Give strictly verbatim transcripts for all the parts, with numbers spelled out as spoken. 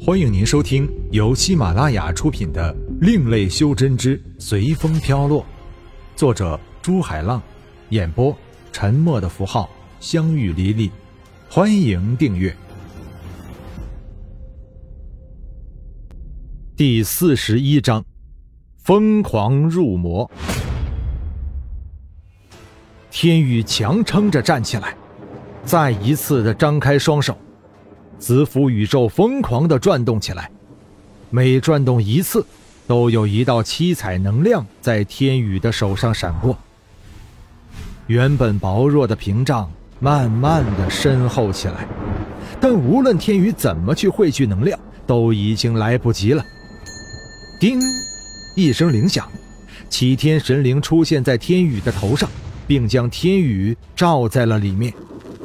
欢迎您收听由喜马拉雅出品的《另类修真之随风飘落》，作者朱海浪，演播沉默的符号，相遇离离。欢迎订阅。第四十一章，疯狂入魔。天宇强撑着站起来，再一次的张开双手，子府宇宙疯狂地转动起来，每转动一次，都有一道七彩能量在天宇的手上闪过。原本薄弱的屏障慢慢地深厚起来，但无论天宇怎么去汇聚能量，都已经来不及了。叮一声铃响，七天神灵出现在天宇的头上，并将天宇罩在了里面。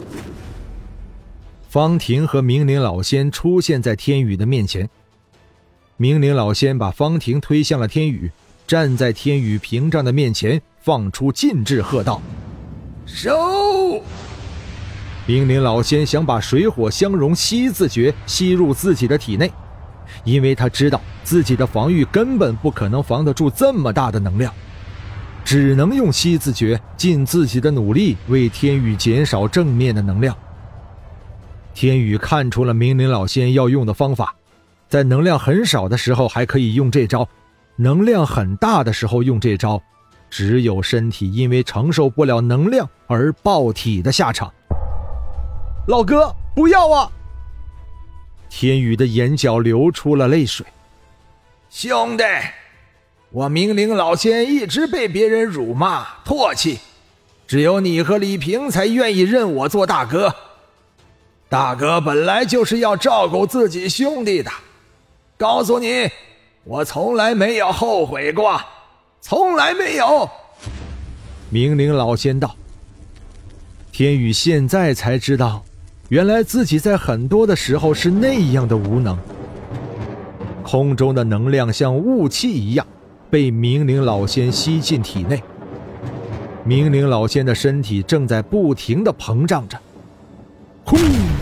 方婷和明灵老仙出现在天宇的面前，明灵老仙把方婷推向了天宇，站在天宇屏障的面前，放出禁制喝道：收！明灵老仙想把水火相融吸字诀吸入自己的体内，因为他知道自己的防御根本不可能防得住这么大的能量，只能用吸字诀尽自己的努力为天宇减少正面的能量。天宇看出了明灵老仙要用的方法，在能量很少的时候还可以用这招，能量很大的时候用这招，只有身体因为承受不了能量而爆体的下场。老哥，不要啊！天宇的眼角流出了泪水。 兄弟，我明灵老仙一直被别人辱骂唾弃，只有你和李平才愿意认我做大哥。大哥本来就是要照顾自己兄弟的，告诉你，我从来没有后悔过，从来没有。 明灵老仙道。天宇现在才知道，原来自己在很多的时候是那样的无能。空中的能量像雾气一样被明灵老仙吸进体内，明灵老仙的身体正在不停地膨胀着。轰！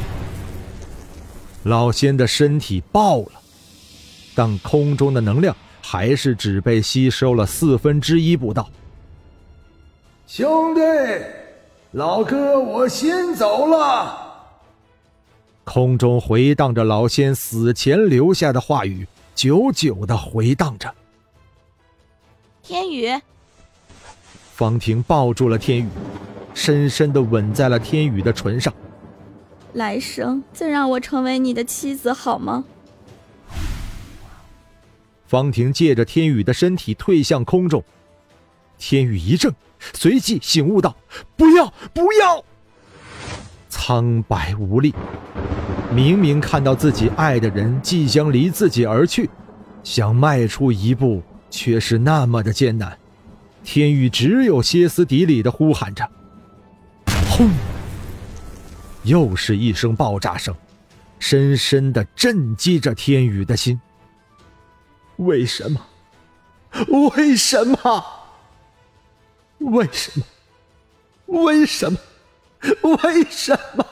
老仙的身体爆了，但空中的能量还是只被吸收了四分之一不到。 兄弟，老哥我先走了。 空中回荡着老仙死前留下的话语，久久地回荡着。 天宇， 方婷抱住了天宇，深深地吻在了天宇的唇上。 来生再让我成为你的妻子好吗？ 方婷借着天宇的身体退向空中，天宇一怔，随即醒悟道：不要不要！苍白无力，明明看到自己爱的人即将离自己而去，想迈出一步却是那么的艰难，天宇只有歇斯底里地呼喊着。轰！又是一声爆炸声，深深地震击着天宇的心。为什么？为什么？为什么？为什么？为什么？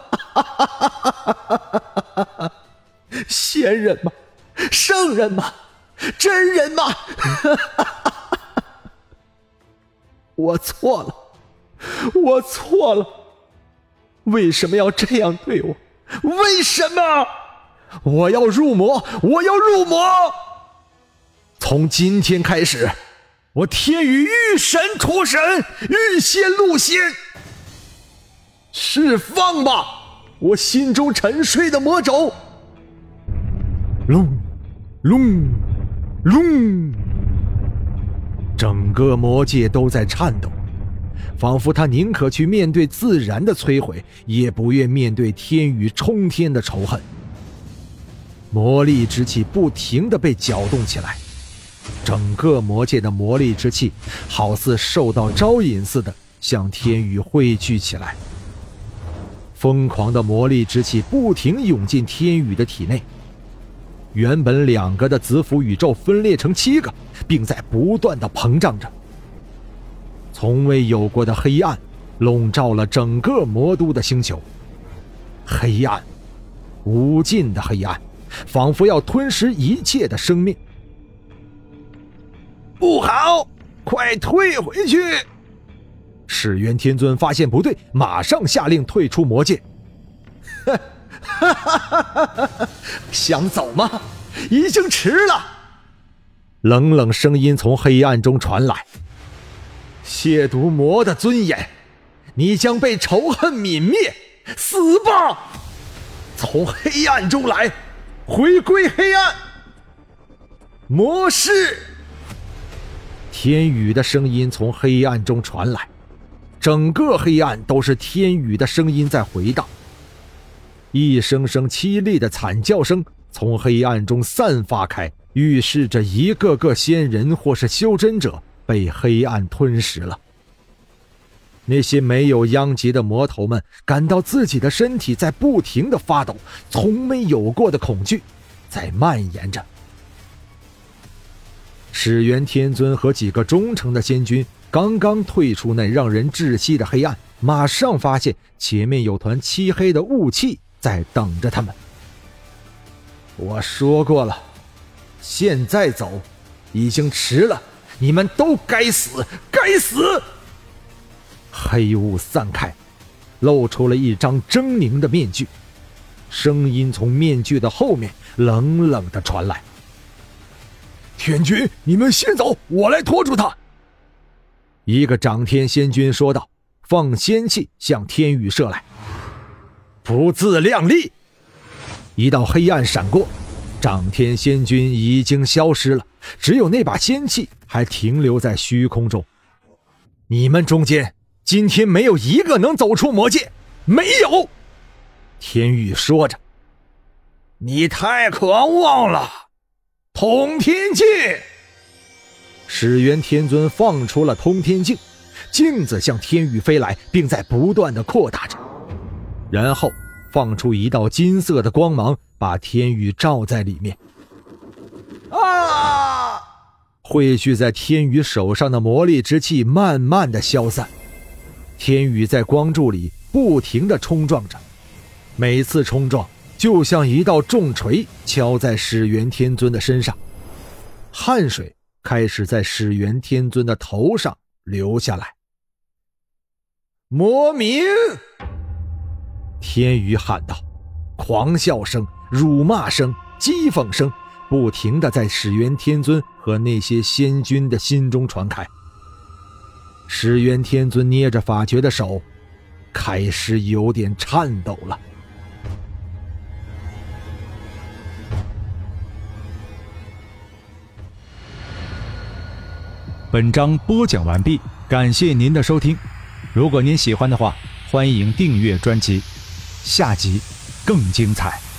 仙人吗？圣人吗？真人吗？我错了，我错了。为什么要这样对我？为什么？我要入魔，我要入魔！从今天开始，我天宇遇神出神，遇仙入仙。释放吧，我心中沉睡的魔咒！隆隆隆，整个魔界都在颤抖，仿佛他宁可去面对自然的摧毁，也不愿面对天宇冲天的仇恨。魔力之气不停地被搅动起来，整个魔界的魔力之气好似受到招引似的向天宇汇聚起来。疯狂的魔力之气不停涌进天宇的体内，原本两个的子府宇宙分裂成七个，并在不断地膨胀着。从未有过的黑暗笼罩了整个魔都的星球，黑暗，无尽的黑暗， 仿佛要吞噬一切的生命。 不好，快退回去！ 始元天尊发现不对，马上下令退出魔界。 想走吗？已经迟了。 冷冷声音从黑暗中传来： 亵渎魔的尊严，你将被仇恨泯灭，死吧！从黑暗中来，回归黑暗。魔师。 天宇的声音从黑暗中传来，整个黑暗都是天宇的声音在回荡。一声声凄厉的惨叫声从黑暗中散发开，预示着一个个仙人或是修真者被黑暗吞噬了。那些没有殃及的魔头们感到自己的身体在不停地发抖，从没有过的恐惧在蔓延着。始元天尊和几个忠诚的仙君刚刚退出那让人窒息的黑暗，马上发现前面有团漆黑的雾气在等着他们。 我说过了，现在走已经迟了，你们都该死，该死！ 黑雾散开，露出了一张狰狞的面具，声音从面具的后面冷冷地传来： 天君，你们先走，我来拖住他。 一个掌天仙君说道，放仙气向天宇射来。 不自量力！ 一道黑暗闪过，掌天仙君已经消失了，只有那把仙气还停留在虚空中。 你们中间今天没有一个能走出魔界，没有！ 天宇说着。 你太渴望了，通天镜！ 始元天尊放出了通天镜，镜子向天宇飞来，并在不断地扩大着，然后放出一道金色的光芒，把天宇罩在里面。 啊！ 汇聚在天宇手上的魔力之气慢慢地消散，天宇在光柱里不停地冲撞着，每次冲撞就像一道重锤敲在始元天尊的身上，汗水开始在始元天尊的头上流下来。 魔冥！ 天宇喊道，狂笑声、辱骂声、讥讽声不停地在始元天尊和那些仙君的心中传开。始元天尊捏着法诀的手开始有点颤抖了。 本章播讲完毕，感谢您的收听。如果您喜欢的话，欢迎订阅专辑，下集更精彩。